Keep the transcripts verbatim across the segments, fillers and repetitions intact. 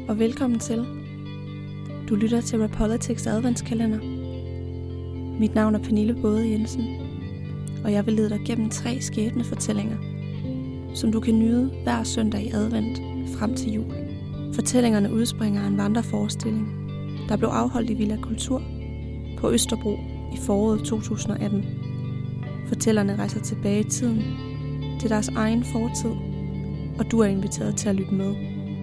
og velkommen til. Du lytter til Rapolitics adventskalender. Mit navn er Pernille Både Jensen, og jeg vil lede dig gennem tre skæbnefortællinger, som du kan nyde hver søndag i advent frem til jul. Fortællingerne udspringer af en vandreforestilling, der blev afholdt i Villa Kultur på Østerbro i foråret to tusind og atten. Fortællerne rejser tilbage i tiden til deres egen fortid, og du er inviteret til at lytte med.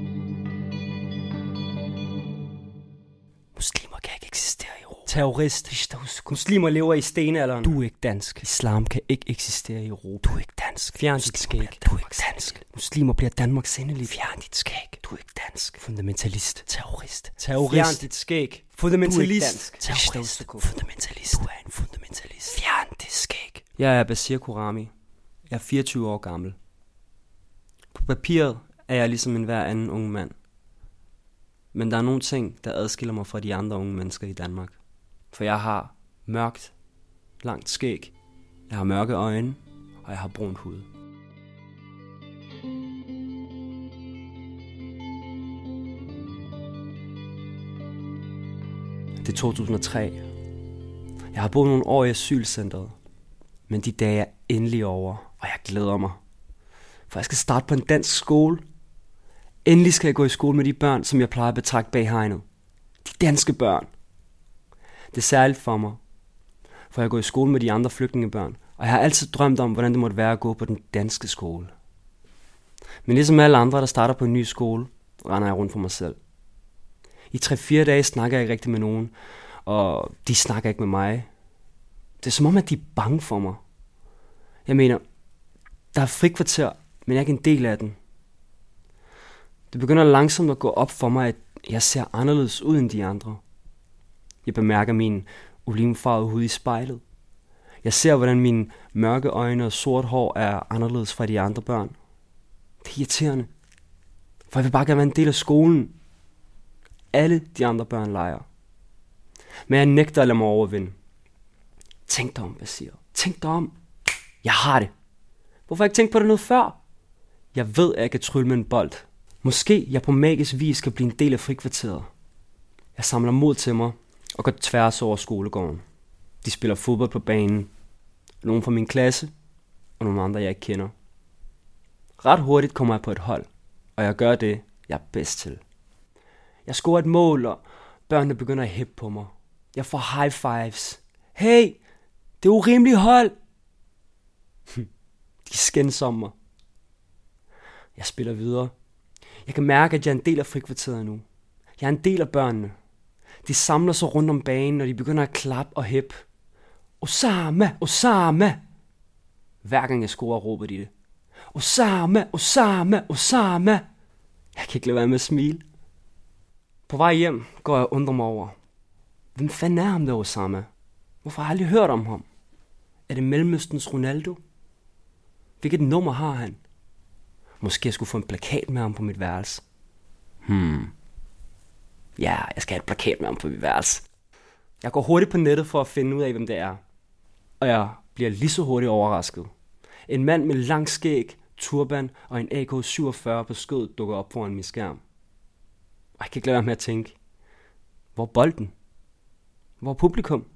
Muslimer kan ikke eksistere i Europa. Terrorist. Muslimer lever i stenalderen. Du er ikke dansk. Islam kan ikke eksistere i Europa. Du er ikke dansk. Fjern dit skæg. Du er ikke dansk. Muslimer bliver Danmarks endelige. Fjern dit skæg. Du er ikke dansk. Fundamentalist. Terrorist. Terrorist. Fjern dit skæg. Fundamentalist. Terrorist. Fundamentalist. Du er en fundamentalist. Fjern dit skæg. Jeg er Basir Kurami. Jeg er fireogtyve år gammel. På papiret er jeg ligesom enhver anden ung mand. Men der er nogle ting, der adskiller mig fra de andre unge mennesker i Danmark. For jeg har mørkt, langt skæg, jeg har mørke øjne, og jeg har brun hud. Det er to tusind og tre. Jeg har boet nogle år i asylcentret, men de dage er endelig over, og jeg glæder mig. For jeg skal starte på en dansk skole. Endelig skal jeg gå i skole med de børn, som jeg plejer at betragte bag hegnet. De danske børn. Det er særligt for mig, for jeg går i skole med de andre flygtningebørn, og jeg har altid drømt om, hvordan det måtte være at gå på den danske skole. Men ligesom alle andre, der starter på en ny skole, render jeg rundt for mig selv. I tre-fire dage snakker jeg ikke rigtig med nogen, og de snakker ikke med mig. Det er som om, at de er bange for mig. Jeg mener, der er frikvarter, men jeg er ikke en del af den. Det begynder langsomt at gå op for mig, at jeg ser anderledes ud end de andre. Jeg bemærker min olivenfarvede hud i spejlet. Jeg ser, hvordan mine mørke øjne og sort hår er anderledes fra de andre børn. Det er irriterende, for jeg vil bare gerne være en del af skolen. Alle de andre børn leger. Men jeg nægter at lade mig overvinde. Tænk dig om, Basir. Tænk dig om. Jeg har det. Hvorfor har jeg ikke tænkt på det noget før? Jeg ved, at jeg kan trylle med en bold. Måske jeg på magisk vis skal blive en del af frikvarteret. Jeg samler mod til mig og går tværs over skolegården. De spiller fodbold på banen. Nogle fra min klasse og nogle andre, jeg ikke kender. Ret hurtigt kommer jeg på et hold, og jeg gør det, jeg er bedst til. Jeg scorer et mål, og børnene begynder at hæppe på mig. Jeg får high fives. Hey, det er urimeligt hold. De skændes om mig. Jeg spiller videre. Jeg kan mærke, at jeg er en del af frikvarteret nu. Jeg er en del af børnene. De samler sig rundt om banen, og de begynder at klappe og hæppe. Osama, Osama. Hver gang jeg scorer, råber de det. Osama, Osama, Osama. Jeg kan ikke lade være med at smile. På vej hjem går jeg og undrer mig over. Hvem fanden er ham der, Osama? Hvorfor har jeg aldrig hørt om ham? Er det Mellemøstens Ronaldo? Hvilket nummer har han? Måske jeg skulle få en plakat med ham på mit værelse. Hmm. Ja, jeg skal have et plakat med ham på mit værelse. Jeg går hurtigt på nettet for at finde ud af, hvem det er. Og jeg bliver lige så hurtigt overrasket. En mand med lang skæg, turban og en A K syvogfyrre på skødet dukker op foran min skærm. Og jeg kan ikke lade være med at tænke, hvor er bolden? Hvor er publikum?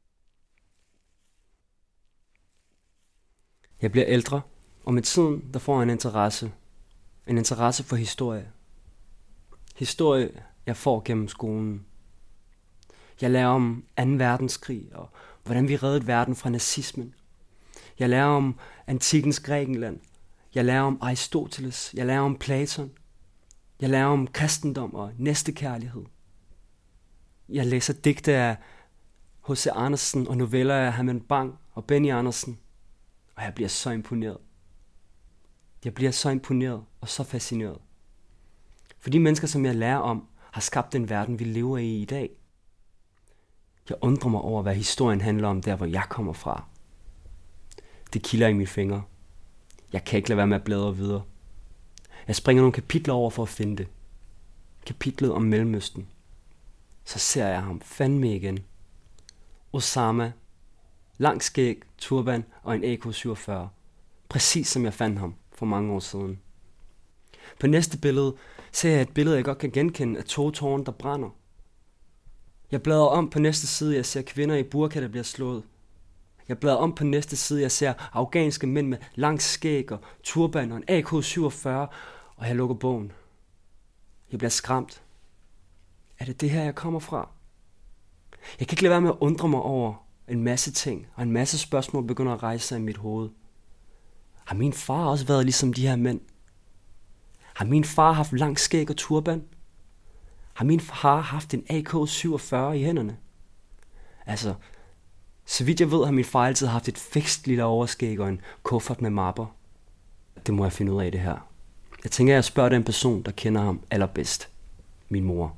Jeg bliver ældre, og med tiden der får jeg en interesse. En interesse for historie. Historie, jeg får gennem skolen. Jeg lærer om anden verdenskrig, og hvordan vi reddede verden fra nazismen. Jeg lærer om antikkens Grækenland. Jeg lærer om Aristoteles. Jeg lærer om Platon. Jeg lærer om kristendom og næstekærlighed. Jeg læser digte af H C Andersen og noveller af Herman Bang og Benny Andersen. Og jeg bliver så imponeret. Jeg bliver så imponeret og så fascineret. For de mennesker, som jeg lærer om, har skabt den verden, vi lever i i dag. Jeg undrer mig over, hvad historien handler om der, hvor jeg kommer fra. Det kilder i mine fingre. Jeg kan ikke lade være med at bladre videre. Jeg springer nogle kapitler over for at finde det. Kapitlet om Mellemøsten. Så ser jeg ham fandme igen. Osama. Lang skæg, turban og en A K syvogfyrre. Præcis som jeg fandt ham for mange år siden. På næste billede ser jeg et billede, jeg godt kan genkende af to tårne, der brænder. Jeg bladrer om på næste side, jeg ser kvinder i burka, der bliver slået. Jeg bladrer om på næste side, jeg ser afghanske mænd med lang skæg og turban og en A K syvogfyrre, og jeg lukker bogen. Jeg bliver skræmt. Er det det her, jeg kommer fra? Jeg kan ikke lade være med at undre mig over en masse ting, og en masse spørgsmål begynder at rejse sig i mit hoved. Har min far også været ligesom de her mænd? Har min far haft lang skæg og turban? Har min far haft en A K syvogfyrre i hænderne? Altså, så vidt jeg ved, har min far altid haft et fikst lille overskæg og en kuffert med mapper. Det må jeg finde ud af det her. Jeg tænker, jeg spørger den person, der kender ham allerbedst. Min mor.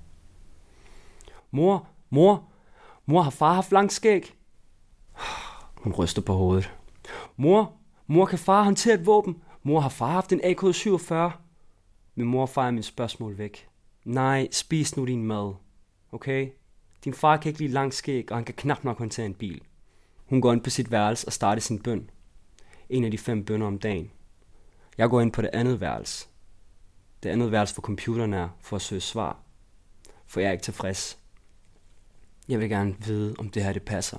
Mor, mor, mor, har far haft lang skæg? Hun ryster på hovedet. Mor, mor, kan far håndtere et våben? Mor, har far haft en A K syvogfyrre? Min mor fejrer min spørgsmål væk. Nej, spis nu din mad. Okay? Din far kan ikke lide lang skæg, og han kan knap nok håndtere en bil. Hun går ind på sit værelse og starter sin bøn. En af de fem bønner om dagen. Jeg går ind på det andet værelse. Det andet værelse for computeren er for at søge svar. For jeg er ikke tilfreds. Jeg vil gerne vide, om det her det passer.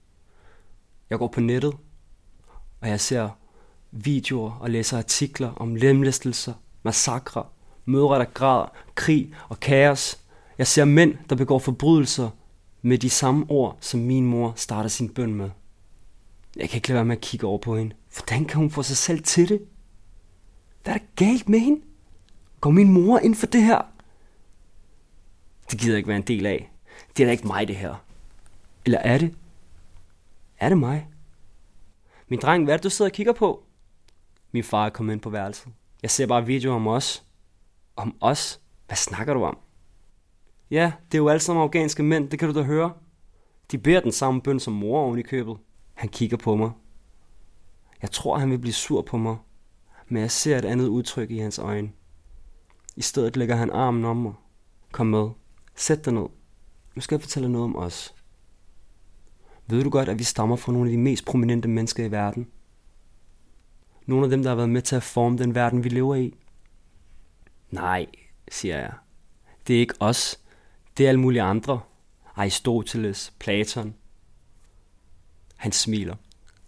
Jeg går på nettet, og jeg ser videoer og læser artikler om lemlæstelser, massakrer, mødre, der græder, krig og kaos. Jeg ser mænd, der begår forbrydelser med de samme ord, som min mor starter sin bøn med. Jeg kan ikke lade være med at kigge over på hende. Hvordan kan hun få sig selv til det? Hvad er der galt med hende? Går min mor ind for det her? Det gider jeg ikke være en del af. Det er da ikke mig, det her. Eller er det? Er det mig? Min dreng, hvad er det, du sidder og kigger på? Min far er kommet ind på værelset. Jeg ser bare videoer om os. Om os? Hvad snakker du om? Ja, det er jo alle sammen afghanske mænd, det kan du da høre. De beder den samme bøn som mor oven i købet. Han kigger på mig. Jeg tror, han vil blive sur på mig, men jeg ser et andet udtryk i hans øjne. I stedet lægger han armen om mig. Kom med. Sæt dig ned. Nu skal jeg fortælle noget om os. Ved du godt, at vi stammer fra nogle af de mest prominente mennesker i verden? Nogle af dem, der har været med til at forme den verden, vi lever i? Nej, siger jeg. Det er ikke os. Det er alle mulige andre. Aristoteles, Platon. Han smiler.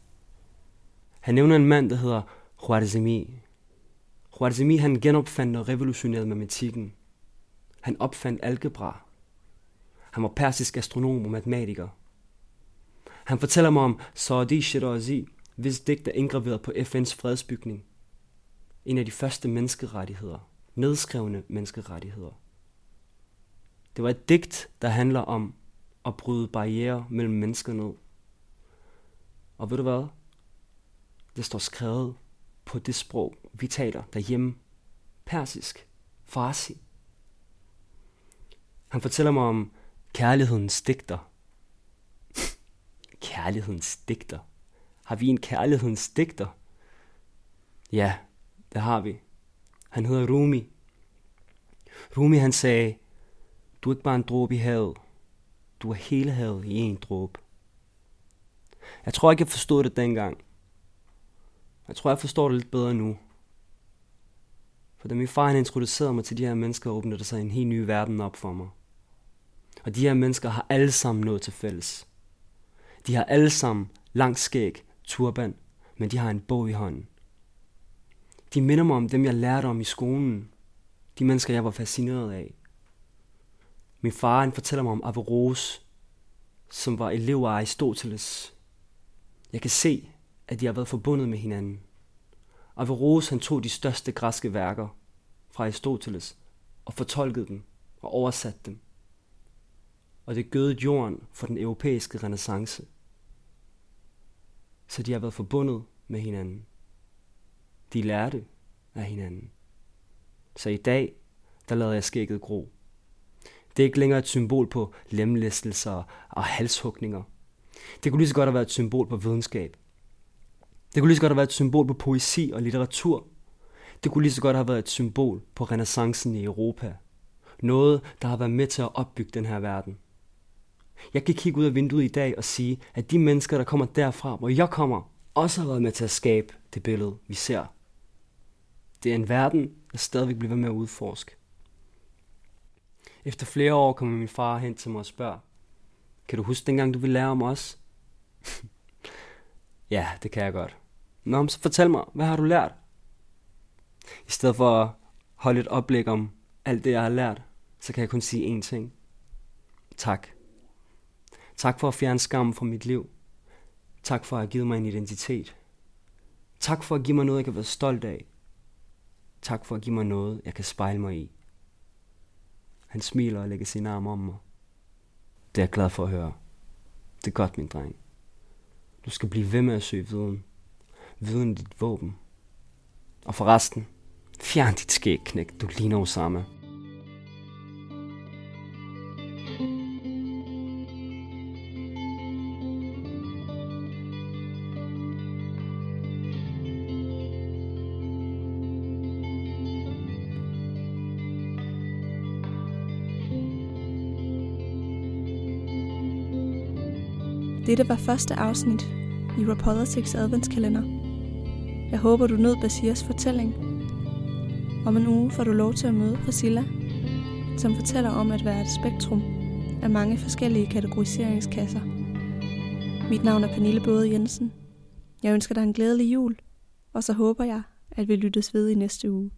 Han nævner en mand, der hedder Khwarizmi. Khwarizmi, han genopfandt og revolutionerede matematikken. Han opfandt algebra. Han var persisk astronom og matematiker. Han fortæller mig om Saadi Shirazi, hvis digt er indgraveret på F N's fredsbygning. En af de første menneskerettigheder. Nedskrevne menneskerettigheder. Det var et digt, der handler om at bryde barrierer mellem mennesker ned. Og ved du hvad? Det står skrevet på det sprog, vi taler derhjemme. Persisk. Farsi. Han fortæller mig om kærlighedens digter. Kærlighedens digter. Har vi en kærlighedens digter? Ja, det har vi. Han hedder Rumi. Rumi, han sagde, du er ikke bare en dråbe i havet. Du er hele havet i en dråbe. Jeg tror ikke, jeg forstod det dengang. Jeg tror, jeg forstår det lidt bedre nu. For da min far han introducerede mig til de her mennesker, åbnede der sig en helt ny verden op for mig. Og de her mennesker har alle sammen noget til fælles. De har alle sammen lang skæg, turban, men de har en bog i hånden. De minder mig om dem, jeg lærte om i skolen. De mennesker, jeg var fascineret af. Min far han fortæller mig om Averroes, som var elev af Aristoteles. Jeg kan se, at de har været forbundet med hinanden. Averroes han tog de største græske værker fra Aristoteles og fortolkede dem og oversatte dem. Og det gødede jorden for den europæiske renæssance. Så de har været forbundet med hinanden. De lærte af hinanden. Så i dag, der lader jeg skægget gro. Det er ikke længere et symbol på lemlæstelser og halshugninger. Det kunne lige så godt have været et symbol på videnskab. Det kunne lige så godt have været et symbol på poesi og litteratur. Det kunne lige så godt have været et symbol på renæssancen i Europa. Noget, der har været med til at opbygge den her verden. Jeg kan kigge ud af vinduet i dag og sige, at de mennesker, der kommer derfra, hvor jeg kommer, også har været med til at skabe det billede, vi ser. Det er en verden, jeg stadigvæk bliver ved med at udforske. Efter flere år kommer min far hen til mig og spørger, kan du huske dengang, du ville lære om os? Ja, det kan jeg godt. Nå, så fortæl mig, hvad har du lært? I stedet for at holde et oplæg om alt det, jeg har lært, så kan jeg kun sige én ting. Tak. Tak for at fjerne skammen fra mit liv. Tak for at have givet mig en identitet. Tak for at give mig noget, jeg kan være stolt af. Tak for at give mig noget, jeg kan spejle mig i. Han smiler og lægger sine arme om mig. Det er jeg glad for at høre. Det er godt, min dreng. Du skal blive ved med at søge viden. Viden er dit våben. Og forresten, fjern dit skægknæk. Du ligner Osama. Dette var første afsnit i Rapolitics adventskalender. Jeg håber, du nød Basirs fortælling. Om en uge får du lov til at møde Priscilla, som fortæller om at være et spektrum af mange forskellige kategoriseringskasser. Mit navn er Pernille Både Jensen. Jeg ønsker dig en glædelig jul, og så håber jeg, at vi lyttes ved i næste uge.